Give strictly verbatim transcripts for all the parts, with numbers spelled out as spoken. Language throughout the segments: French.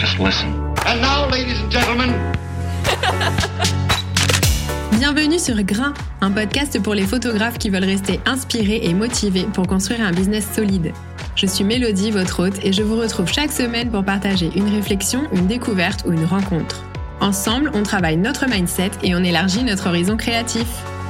Just listen. And now, ladies and gentlemen... Bienvenue sur Grain, un podcast pour les photographes qui veulent rester inspirés et motivés pour construire un business solide. Je suis Mélodie, votre hôte, et je vous retrouve chaque semaine pour partager une réflexion, une découverte ou une rencontre. Ensemble, on travaille notre mindset et on élargit notre horizon créatif.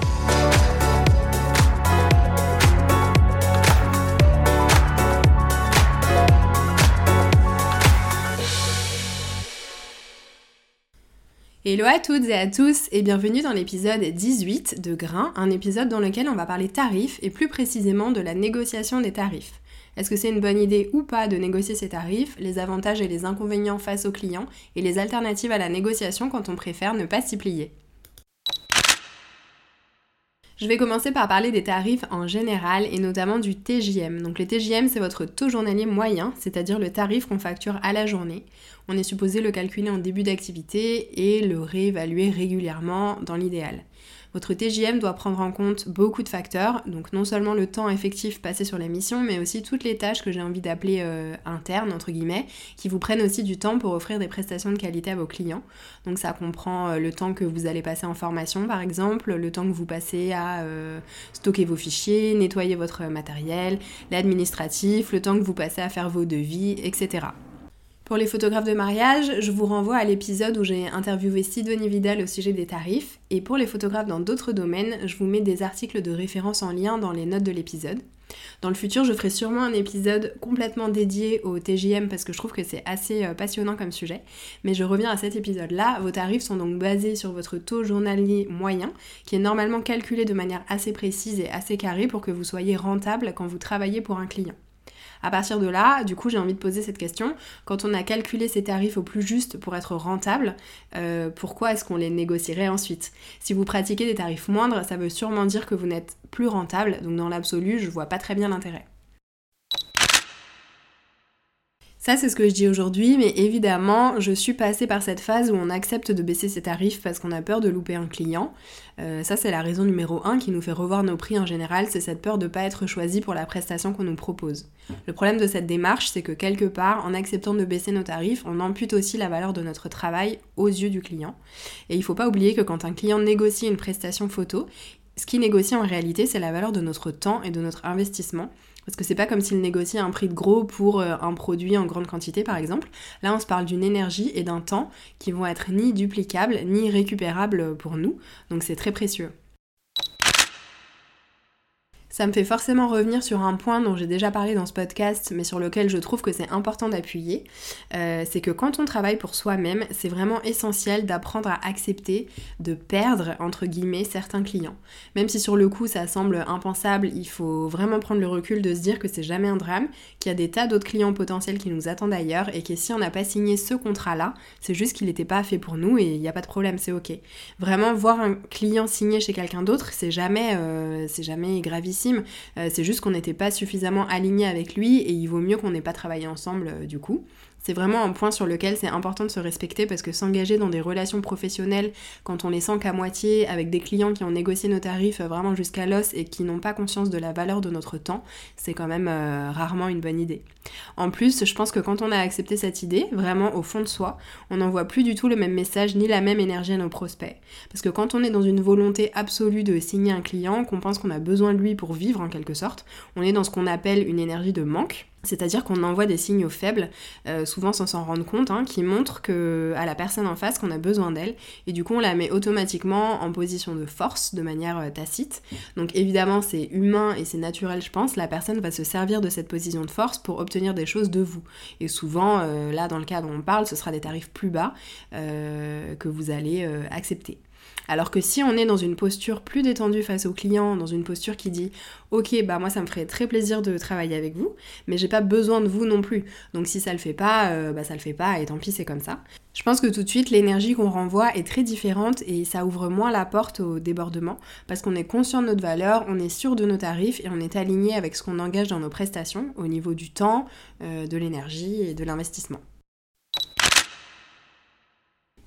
Hello à toutes et à tous et bienvenue dans l'épisode dix-huit de Grain, un épisode dans lequel on va parler tarifs et plus précisément de la négociation des tarifs. Est-ce que c'est une bonne idée ou pas de négocier ses tarifs, les avantages et les inconvénients face aux clients et les alternatives à la négociation quand on préfère ne pas s'y plier ? Je vais commencer par parler des tarifs en général et notamment du T J M. Donc le T J M, c'est votre taux journalier moyen, c'est-à-dire le tarif qu'on facture à la journée. On est supposé le calculer en début d'activité et le réévaluer régulièrement dans l'idéal. Votre T J M doit prendre en compte beaucoup de facteurs, donc non seulement le temps effectif passé sur la mission, mais aussi toutes les tâches que j'ai envie d'appeler euh, internes, entre guillemets, qui vous prennent aussi du temps pour offrir des prestations de qualité à vos clients. Donc ça comprend euh, le temps que vous allez passer en formation, par exemple, le temps que vous passez à euh, stocker vos fichiers, nettoyer votre matériel, l'administratif, le temps que vous passez à faire vos devis, et cetera. Pour les photographes de mariage, je vous renvoie à l'épisode où j'ai interviewé Sidonie Vidal au sujet des tarifs, et pour les photographes dans d'autres domaines, je vous mets des articles de référence en lien dans les notes de l'épisode. Dans le futur, je ferai sûrement un épisode complètement dédié au T J M parce que je trouve que c'est assez passionnant comme sujet, mais je reviens à cet épisode-là. Vos tarifs sont donc basés sur votre taux journalier moyen, qui est normalement calculé de manière assez précise et assez carrée pour que vous soyez rentable quand vous travaillez pour un client. À partir de là, du coup, j'ai envie de poser cette question. Quand on a calculé ces tarifs au plus juste pour être rentable, euh, pourquoi est-ce qu'on les négocierait ensuite ? Si vous pratiquez des tarifs moindres, ça veut sûrement dire que vous n'êtes plus rentable, donc dans l'absolu, je vois pas très bien l'intérêt. Ça, c'est ce que je dis aujourd'hui, mais évidemment, je suis passée par cette phase où on accepte de baisser ses tarifs parce qu'on a peur de louper un client. Euh, ça, c'est la raison numéro un qui nous fait revoir nos prix en général, c'est cette peur de ne pas être choisi pour la prestation qu'on nous propose. Le problème de cette démarche, c'est que quelque part, en acceptant de baisser nos tarifs, on ampute aussi la valeur de notre travail aux yeux du client. Et il ne faut pas oublier que quand un client négocie une prestation photo, ce qu'il négocie en réalité, c'est la valeur de notre temps et de notre investissement. Parce que c'est pas comme s'il négociait un prix de gros pour un produit en grande quantité par exemple. Là on se parle d'une énergie et d'un temps qui vont être ni duplicables ni récupérables pour nous, donc c'est très précieux. Ça me fait forcément revenir sur un point dont j'ai déjà parlé dans ce podcast, mais sur lequel je trouve que c'est important d'appuyer. Euh, c'est que quand on travaille pour soi-même, c'est vraiment essentiel d'apprendre à accepter de perdre, entre guillemets, certains clients. Même si sur le coup ça semble impensable, il faut vraiment prendre le recul de se dire que c'est jamais un drame, qu'il y a des tas d'autres clients potentiels qui nous attendent ailleurs, et que si on n'a pas signé ce contrat-là, c'est juste qu'il n'était pas fait pour nous et il n'y a pas de problème, c'est ok. Vraiment, voir un client signé chez quelqu'un d'autre, c'est jamais, euh, c'est jamais gravissime. Euh, c'est juste qu'on n'était pas suffisamment aligné avec lui et il vaut mieux qu'on n'ait pas travaillé ensemble euh, du coup. C'est vraiment un point sur lequel c'est important de se respecter parce que s'engager dans des relations professionnelles quand on les sent qu'à moitié avec des clients qui ont négocié nos tarifs vraiment jusqu'à l'os et qui n'ont pas conscience de la valeur de notre temps, c'est quand même euh, rarement une bonne idée. En plus, je pense que quand on a accepté cette idée, vraiment au fond de soi, on n'envoie plus du tout le même message ni la même énergie à nos prospects. Parce que quand on est dans une volonté absolue de signer un client, qu'on pense qu'on a besoin de lui pour vivre en quelque sorte, on est dans ce qu'on appelle une énergie de manque. C'est-à-dire qu'on envoie des signaux faibles, euh, souvent sans s'en rendre compte, hein, qui montrent que, à la personne en face qu'on a besoin d'elle, et du coup on la met automatiquement en position de force, de manière euh, tacite. Donc évidemment c'est humain et c'est naturel je pense, la personne va se servir de cette position de force pour obtenir des choses de vous. Et souvent, euh, là dans le cas dont on parle, ce sera des tarifs plus bas euh, que vous allez euh, accepter. Alors que si on est dans une posture plus détendue face au client, dans une posture qui dit « Ok, bah moi ça me ferait très plaisir de travailler avec vous, mais j'ai pas besoin de vous non plus. Donc si ça le fait pas, euh, bah ça le fait pas et tant pis c'est comme ça. » Je pense que tout de suite l'énergie qu'on renvoie est très différente et ça ouvre moins la porte au débordement parce qu'on est conscient de notre valeur, on est sûr de nos tarifs et on est aligné avec ce qu'on engage dans nos prestations au niveau du temps, euh, de l'énergie et de l'investissement.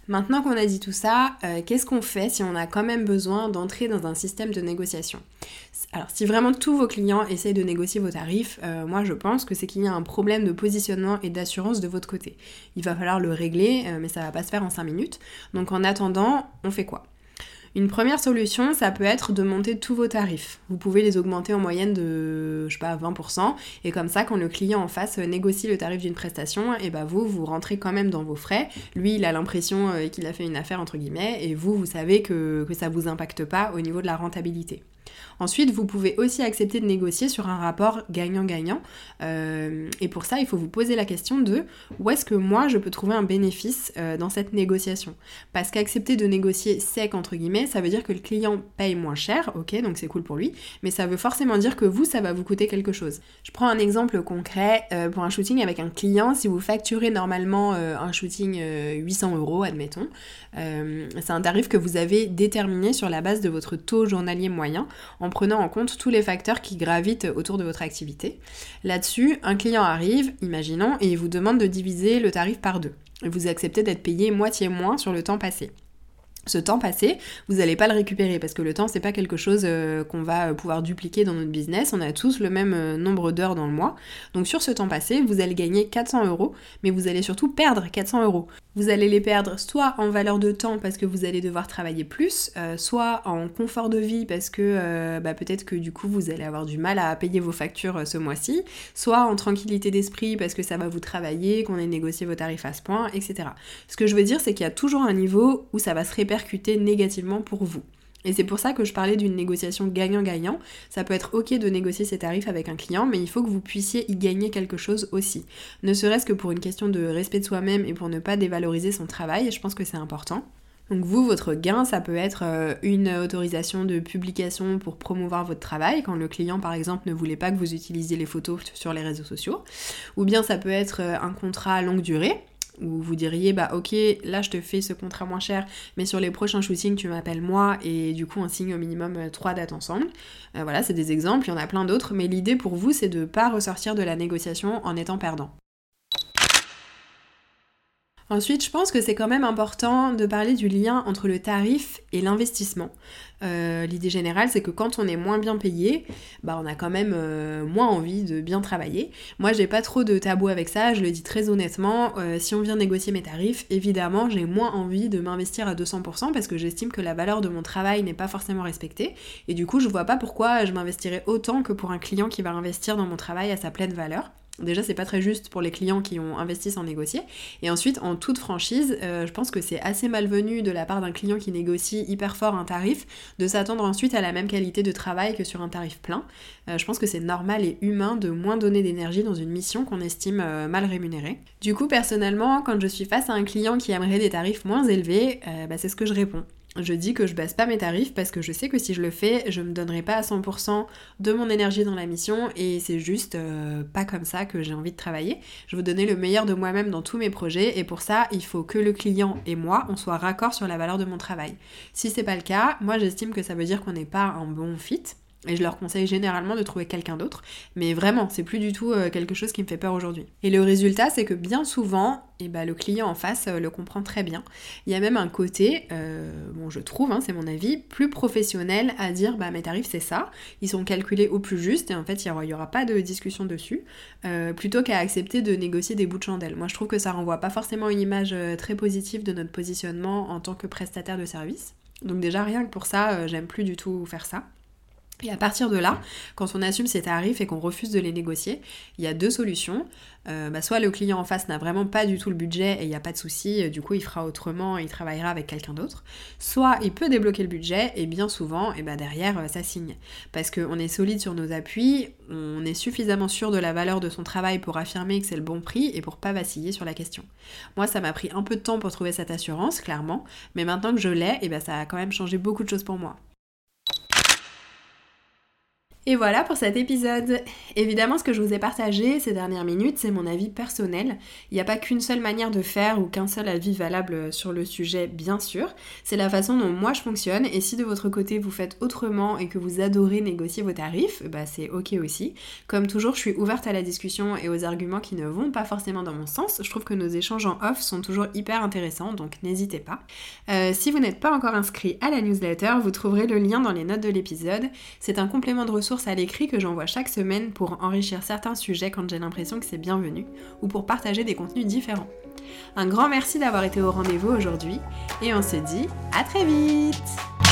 Maintenant qu'on a dit tout ça, euh, qu'est-ce qu'on fait si on a quand même besoin d'entrer dans un système de négociation ? Alors si vraiment tous vos clients essayent de négocier vos tarifs, euh, moi je pense que c'est qu'il y a un problème de positionnement et d'assurance de votre côté. Il va falloir le régler, euh, mais ça va pas se faire en cinq minutes. Donc en attendant, on fait quoi ? Une première solution, ça peut être de monter tous vos tarifs. Vous pouvez les augmenter en moyenne de, je sais pas, vingt pour cent. Et comme ça, quand le client en face négocie le tarif d'une prestation, et bah vous, vous rentrez quand même dans vos frais. Lui, il a l'impression qu'il a fait une affaire, entre guillemets, et vous, vous savez que, que ça vous impacte pas au niveau de la rentabilité. Ensuite, vous pouvez aussi accepter de négocier sur un rapport gagnant-gagnant. Euh, et pour ça, il faut vous poser la question de où est-ce que moi, je peux trouver un bénéfice euh, dans cette négociation ? Parce qu'accepter de négocier sec, entre guillemets, ça veut dire que le client paye moins cher, ok, donc c'est cool pour lui, mais ça veut forcément dire que vous, ça va vous coûter quelque chose. Je prends un exemple concret euh, pour un shooting avec un client. Si vous facturez normalement euh, un shooting euh, huit cents euros, admettons, euh, c'est un tarif que vous avez déterminé sur la base de votre taux journalier moyen, en prenant en compte tous les facteurs qui gravitent autour de votre activité. Là-dessus, un client arrive, imaginons, et il vous demande de diviser le tarif par deux. Vous acceptez d'être payé moitié moins sur le temps passé. Ce temps passé, vous n'allez pas le récupérer parce que le temps, c'est pas quelque chose euh, qu'on va pouvoir dupliquer dans notre business. On a tous le même euh, nombre d'heures dans le mois. Donc sur ce temps passé, vous allez gagner quatre cents euros, mais vous allez surtout perdre quatre cents euros. Vous allez les perdre soit en valeur de temps parce que vous allez devoir travailler plus, euh, soit en confort de vie parce que euh, bah, peut-être que du coup vous allez avoir du mal à payer vos factures euh, ce mois-ci, soit en tranquillité d'esprit parce que ça va vous travailler, qu'on ait négocié vos tarifs à ce point, et cetera. Ce que je veux dire, c'est qu'il y a toujours un niveau où ça va se répercuter négativement pour vous. Et c'est pour ça que je parlais d'une négociation gagnant-gagnant. Ça peut être ok de négocier ses tarifs avec un client, mais il faut que vous puissiez y gagner quelque chose aussi. Ne serait-ce que pour une question de respect de soi-même et pour ne pas dévaloriser son travail, je pense que c'est important. Donc vous, votre gain, ça peut être une autorisation de publication pour promouvoir votre travail, quand le client, par exemple, ne voulait pas que vous utilisiez les photos sur les réseaux sociaux. Ou bien ça peut être un contrat à longue durée, où vous diriez bah ok, là je te fais ce contrat moins cher, mais sur les prochains shootings tu m'appelles moi, et du coup on signe au minimum trois dates ensemble. Euh, voilà, c'est des exemples, il y en a plein d'autres, mais l'idée pour vous c'est de pas ressortir de la négociation en étant perdant. Ensuite, je pense que c'est quand même important de parler du lien entre le tarif et l'investissement. Euh, l'idée générale, c'est que quand on est moins bien payé, bah on a quand même euh, moins envie de bien travailler. Moi, j'ai pas trop de tabou avec ça, je le dis très honnêtement. Euh, si on vient négocier mes tarifs, évidemment, j'ai moins envie de m'investir à deux cents pour cent parce que j'estime que la valeur de mon travail n'est pas forcément respectée. Et du coup, je vois pas pourquoi je m'investirais autant que pour un client qui va investir dans mon travail à sa pleine valeur. Déjà, c'est pas très juste pour les clients qui ont investi sans négocier. Et ensuite, en toute franchise, euh, je pense que c'est assez malvenu de la part d'un client qui négocie hyper fort un tarif de s'attendre ensuite à la même qualité de travail que sur un tarif plein. Euh, je pense que c'est normal et humain de moins donner d'énergie dans une mission qu'on estime euh, mal rémunérée. Du coup, personnellement, quand je suis face à un client qui aimerait des tarifs moins élevés, euh, bah, c'est ce que je réponds. Je dis que je baisse pas mes tarifs parce que je sais que si je le fais, je me donnerai pas à cent pour cent de mon énergie dans la mission et c'est juste euh, pas comme ça que j'ai envie de travailler. Je veux donner le meilleur de moi-même dans tous mes projets et pour ça, il faut que le client et moi, on soit raccord sur la valeur de mon travail. Si c'est pas le cas, moi j'estime que ça veut dire qu'on n'est pas un bon fit. Et je leur conseille généralement de trouver quelqu'un d'autre. Mais vraiment, c'est plus du tout euh, quelque chose qui me fait peur aujourd'hui. Et le résultat, c'est que bien souvent, eh ben, le client en face euh, le comprend très bien. Il y a même un côté, euh, bon je trouve, hein, c'est mon avis, plus professionnel à dire bah mes tarifs c'est ça, ils sont calculés au plus juste et en fait il n'y aura, aura pas de discussion dessus, euh, plutôt qu'à accepter de négocier des bouts de chandelle. Moi je trouve que ça renvoie pas forcément une image euh, très positive de notre positionnement en tant que prestataire de service. Donc déjà rien que pour ça, euh, j'aime plus du tout faire ça. Et à partir de là, quand on assume ses tarifs et qu'on refuse de les négocier, il y a deux solutions. Euh, bah soit le client en face n'a vraiment pas du tout le budget et il n'y a pas de souci, du coup il fera autrement et il travaillera avec quelqu'un d'autre. Soit il peut débloquer le budget et bien souvent, et bah derrière, ça signe. Parce qu'on est solide sur nos appuis, on est suffisamment sûr de la valeur de son travail pour affirmer que c'est le bon prix et pour pas vaciller sur la question. Moi, ça m'a pris un peu de temps pour trouver cette assurance, clairement, mais maintenant que je l'ai, et bah ça a quand même changé beaucoup de choses pour moi. Et voilà pour cet épisode. Évidemment, ce que je vous ai partagé ces dernières minutes, c'est mon avis personnel. Il n'y a pas qu'une seule manière de faire ou qu'un seul avis valable sur le sujet, bien sûr. C'est la façon dont moi je fonctionne, et si de votre côté vous faites autrement et que vous adorez négocier vos tarifs, bah c'est ok aussi. Comme toujours, je suis ouverte à la discussion et aux arguments qui ne vont pas forcément dans mon sens. Je trouve que nos échanges en off sont toujours hyper intéressants, donc n'hésitez pas. Euh, si vous n'êtes pas encore inscrit à la newsletter, vous trouverez le lien dans les notes de l'épisode. C'est un complément de ressources à l'écrit que j'envoie chaque semaine pour enrichir certains sujets quand j'ai l'impression que c'est bienvenu ou pour partager des contenus différents. Un grand merci d'avoir été au rendez-vous aujourd'hui et on se dit à très vite!